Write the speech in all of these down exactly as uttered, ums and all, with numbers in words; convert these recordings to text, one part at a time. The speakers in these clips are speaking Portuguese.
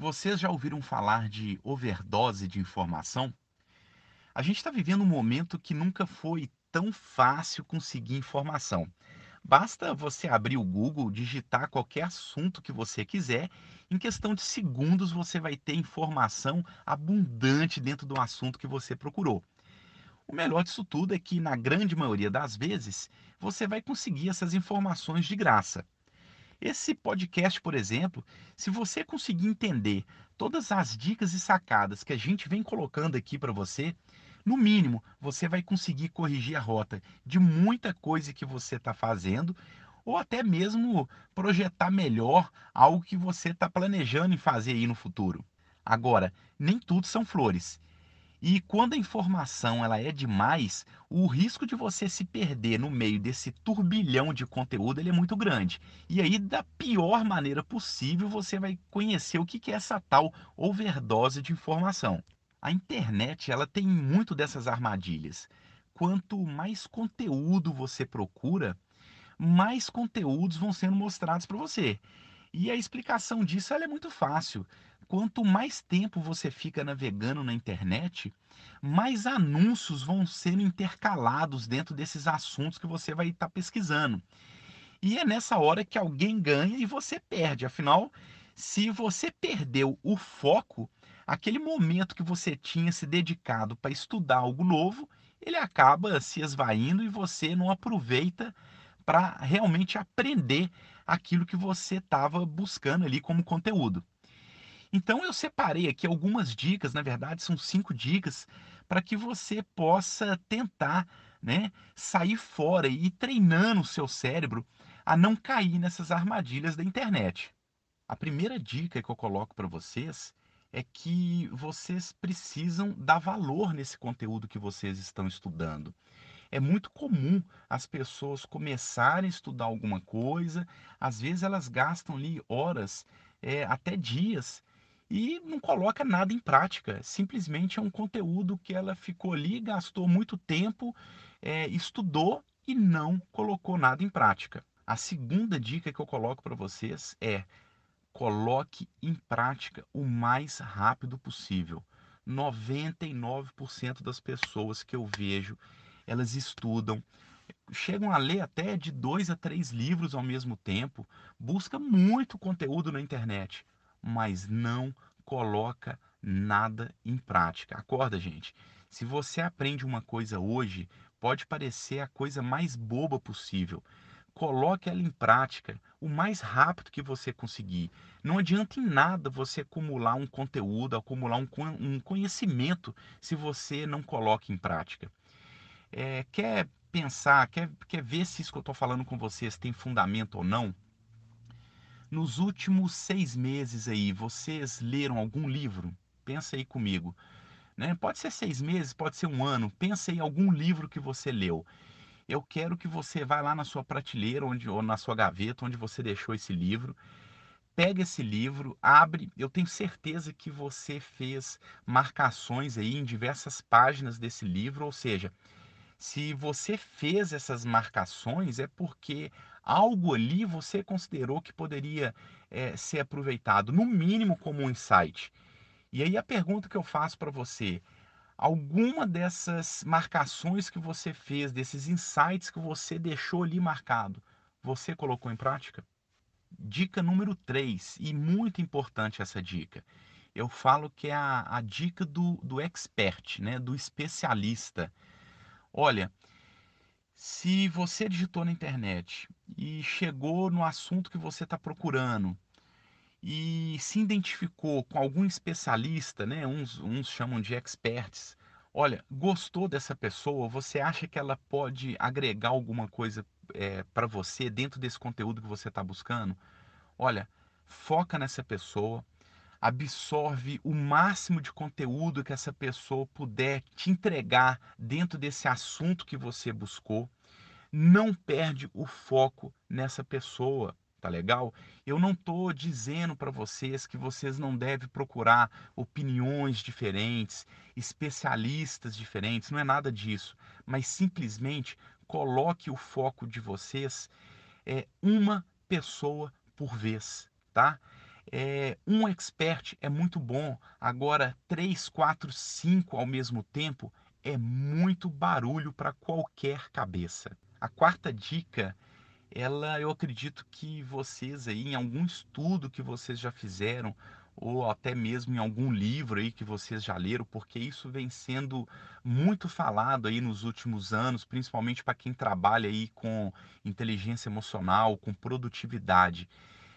Vocês já ouviram falar de overdose de informação? A gente está vivendo um momento que nunca foi tão fácil conseguir informação. Basta você abrir o Google, digitar qualquer assunto que você quiser, em questão de segundos você vai ter informação abundante dentro do assunto que você procurou. O melhor disso tudo é que, na grande maioria das vezes, você vai conseguir essas informações de graça. Esse podcast, por exemplo, se você conseguir entender todas as dicas e sacadas que a gente vem colocando aqui para você, no mínimo você vai conseguir corrigir a rota de muita coisa que você está fazendo, ou até mesmo projetar melhor algo que você está planejando em fazer aí no futuro. Agora, nem tudo são flores. E quando a informação ela é demais, o risco de você se perder no meio desse turbilhão de conteúdo ele é muito grande. E aí, da pior maneira possível, você vai conhecer o que que é essa tal overdose de informação. A internet ela tem muito dessas armadilhas. Quanto mais conteúdo você procura, mais conteúdos vão sendo mostrados para você. E a explicação disso ela é muito fácil. Quanto mais tempo você fica navegando na internet, mais anúncios vão sendo intercalados dentro desses assuntos que você vai estar pesquisando. E é nessa hora que alguém ganha e você perde. Afinal, se você perdeu o foco, aquele momento que você tinha se dedicado para estudar algo novo, ele acaba se esvaindo e você não aproveita para realmente aprender aquilo que você estava buscando ali como conteúdo. Então eu separei aqui algumas dicas, na verdade são cinco dicas, para que você possa tentar, né, sair fora e ir treinando o seu cérebro a não cair nessas armadilhas da internet. A primeira dica que eu coloco para vocês é que vocês precisam dar valor nesse conteúdo que vocês estão estudando. É muito comum as pessoas começarem a estudar alguma coisa, às vezes elas gastam ali horas, eh, até dias, e não coloca nada em prática. Simplesmente é um conteúdo que ela ficou ali, gastou muito tempo, eh, estudou e não colocou nada em prática. A segunda dica que eu coloco para vocês é: coloque em prática o mais rápido possível. noventa e nove por cento das pessoas que eu vejo, elas estudam, chegam a ler até de dois a três livros ao mesmo tempo, busca muito conteúdo na internet, mas não coloca nada em prática. Acorda, gente. Se você aprende uma coisa hoje, pode parecer a coisa mais boba possível. Coloque ela em prática o mais rápido que você conseguir. Não adianta em nada você acumular um conteúdo, acumular um, con- um conhecimento se você não coloca em prática. É, quer pensar, quer, quer ver se isso que eu estou falando com vocês tem fundamento ou não? Nos últimos seis meses aí, vocês leram algum livro? Pensa aí comigo, né? Pode ser seis meses, pode ser um ano. Pensa em algum livro que você leu. Eu quero que você vá lá na sua prateleira onde, ou na sua gaveta onde você deixou esse livro. Pega esse livro, abre. Eu tenho certeza que você fez marcações aí em diversas páginas desse livro, ou seja, se você fez essas marcações, é porque algo ali você considerou que poderia eh, ser aproveitado, no mínimo como um insight. E aí a pergunta que eu faço para você: alguma dessas marcações que você fez, desses insights que você deixou ali marcado, você colocou em prática? Dica número três, e muito importante essa dica. Eu falo que é a, a dica do, do expert, né? Do especialista. Olha, se você digitou na internet e chegou no assunto que você está procurando e se identificou com algum especialista, né? Uns, uns chamam de experts. Olha, gostou dessa pessoa? Você acha que ela pode agregar alguma coisa para você dentro desse conteúdo que você está buscando? Olha, foca nessa pessoa, absorve o máximo de conteúdo que essa pessoa puder te entregar dentro desse assunto que você buscou. Não perde o foco nessa pessoa, tá legal? Eu não estou dizendo para vocês que vocês não devem procurar opiniões diferentes, especialistas diferentes, não é nada disso, mas simplesmente coloque o foco de vocês é uma pessoa por vez, tá? É, um expert é muito bom, agora três, quatro, cinco ao mesmo tempo é muito barulho para qualquer cabeça. A quarta dica, ela eu acredito que vocês aí, em algum estudo que vocês já fizeram, ou até mesmo em algum livro aí que vocês já leram, porque isso vem sendo muito falado aí nos últimos anos, principalmente para quem trabalha aí com inteligência emocional, com produtividade.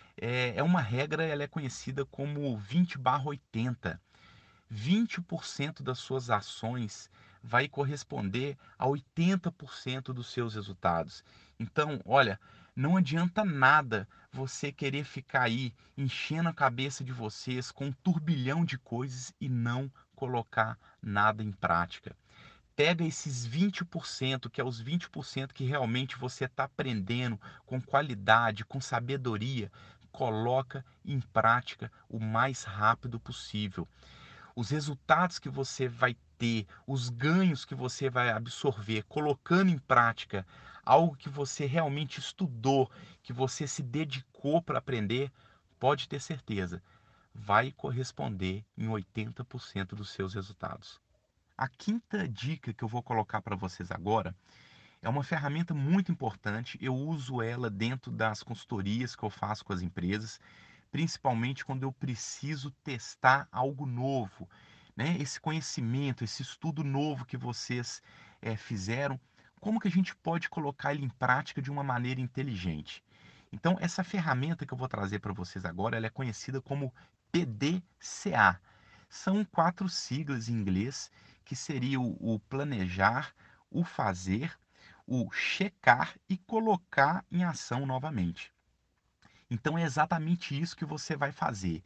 É, é uma regra, ela é conhecida como vinte barra oitenta. vinte por cento das suas ações vai corresponder a oitenta por cento dos seus resultados. Então, olha, não adianta nada você querer ficar aí enchendo a cabeça de vocês com um turbilhão de coisas e não colocar nada em prática. Pega esses vinte por cento, que é os vinte por cento que realmente você está aprendendo com qualidade, com sabedoria, coloca em prática o mais rápido possível. Os resultados que você vai ter, os ganhos que você vai absorver colocando em prática algo que você realmente estudou, que você se dedicou para aprender, pode ter certeza, vai corresponder em oitenta por cento dos seus resultados. A quinta dica que eu vou colocar para vocês agora é uma ferramenta muito importante. Eu uso ela dentro das consultorias que eu faço com as empresas, principalmente quando eu preciso testar algo novo, né? Esse conhecimento, esse estudo novo que vocês eh, fizeram, como que a gente pode colocar ele em prática de uma maneira inteligente? Então, essa ferramenta que eu vou trazer para vocês agora, ela é conhecida como P D C A. São quatro siglas em inglês, que seria o, o planejar, o fazer, o checar e colocar em ação novamente. Então é exatamente isso que você vai fazer.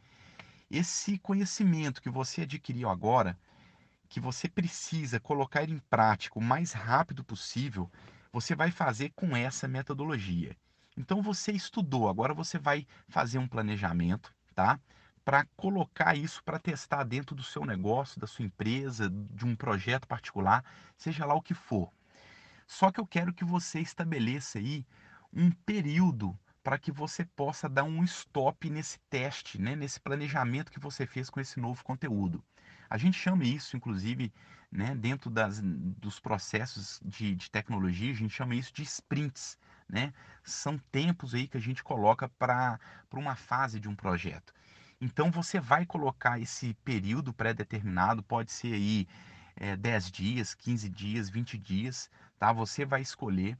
Esse conhecimento que você adquiriu agora, que você precisa colocar ele em prática o mais rápido possível, você vai fazer com essa metodologia. Então você estudou, agora você vai fazer um planejamento, tá? Para colocar isso para testar dentro do seu negócio, da sua empresa, de um projeto particular, seja lá o que for. Só que eu quero que você estabeleça aí um período para que você possa dar um stop nesse teste, né, nesse planejamento que você fez com esse novo conteúdo. A gente chama isso, inclusive, né, dentro das, dos processos de, de tecnologia, a gente chama isso de sprints. Né? São tempos aí que a gente coloca para uma fase de um projeto. Então você vai colocar esse período pré-determinado, pode ser aí é, dez dias, quinze dias, vinte dias, tá? Você vai escolher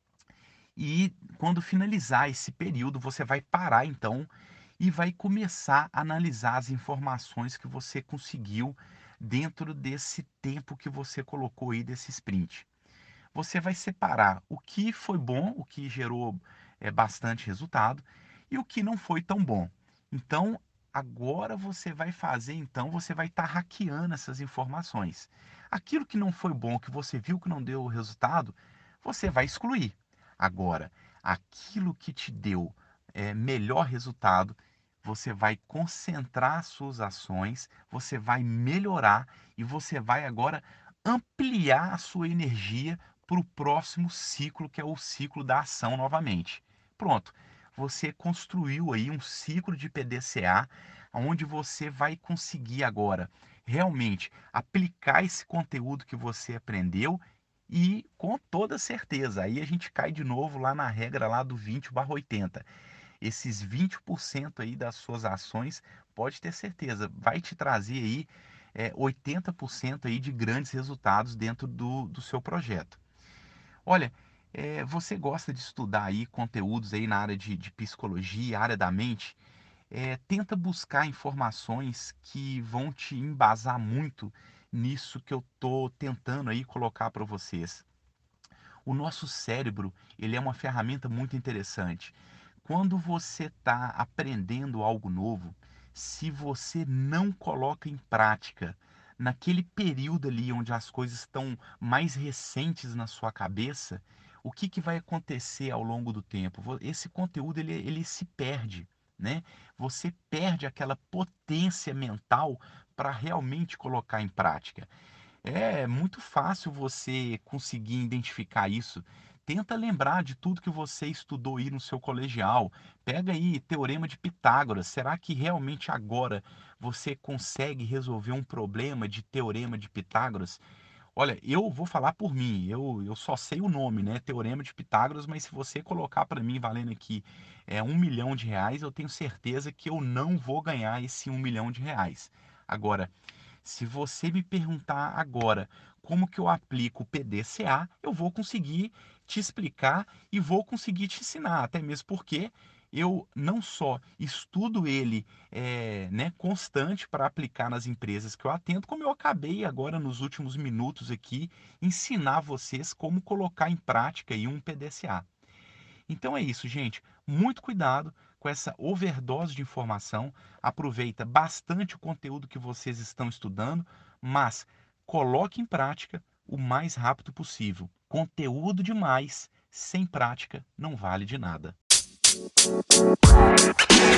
e quando finalizar esse período, você vai parar então e vai começar a analisar as informações que você conseguiu dentro desse tempo que você colocou aí desse sprint. Você vai separar o que foi bom, o que gerou é, bastante resultado e o que não foi tão bom. Então, agora você vai fazer, então você vai estar hackeando essas informações. Aquilo que não foi bom, que você viu que não deu resultado, você vai excluir. Agora, aquilo que te deu é, melhor resultado, você vai concentrar suas ações, você vai melhorar e você vai agora ampliar a sua energia para o próximo ciclo, que é o ciclo da ação novamente. Pronto, você construiu aí um ciclo de P D C A, onde você vai conseguir agora realmente aplicar esse conteúdo que você aprendeu e com toda certeza, aí a gente cai de novo lá na regra lá do vinte barra oitenta. Esses vinte por cento aí das suas ações, pode ter certeza, vai te trazer aí é, oitenta por cento aí de grandes resultados dentro do, do seu projeto. Olha, é, você gosta de estudar aí conteúdos aí na área de, de psicologia, área da mente? É, tenta buscar informações que vão te embasar muito nisso que eu tô tentando aí colocar para vocês. O nosso cérebro, ele é uma ferramenta muito interessante. Quando você está aprendendo algo novo, se você não coloca em prática naquele período ali onde as coisas estão mais recentes na sua cabeça, o que, que vai acontecer ao longo do tempo? Vo- Esse conteúdo ele, ele se perde, né? Você perde aquela potência mental para realmente colocar em prática. É muito fácil você conseguir identificar isso. Tenta lembrar de tudo que você estudou aí no seu colegial. Pega aí Teorema de Pitágoras. Será que realmente agora você consegue resolver um problema de Teorema de Pitágoras? Olha, eu vou falar por mim, eu, eu só sei o nome, né? Teorema de Pitágoras, mas se você colocar para mim valendo aqui é, um milhão de reais, eu tenho certeza que eu não vou ganhar esse um milhão de reais. Agora, se você me perguntar agora como que eu aplico o P D C A, eu vou conseguir te explicar e vou conseguir te ensinar, até mesmo porque eu não só estudo ele é, né, constante para aplicar nas empresas que eu atendo, como eu acabei agora nos últimos minutos aqui ensinar vocês como colocar em prática aí um P D C A. Então é isso, gente. Muito cuidado com essa overdose de informação. Aproveita bastante o conteúdo que vocês estão estudando, mas coloque em prática o mais rápido possível. Conteúdo demais sem prática não vale de nada.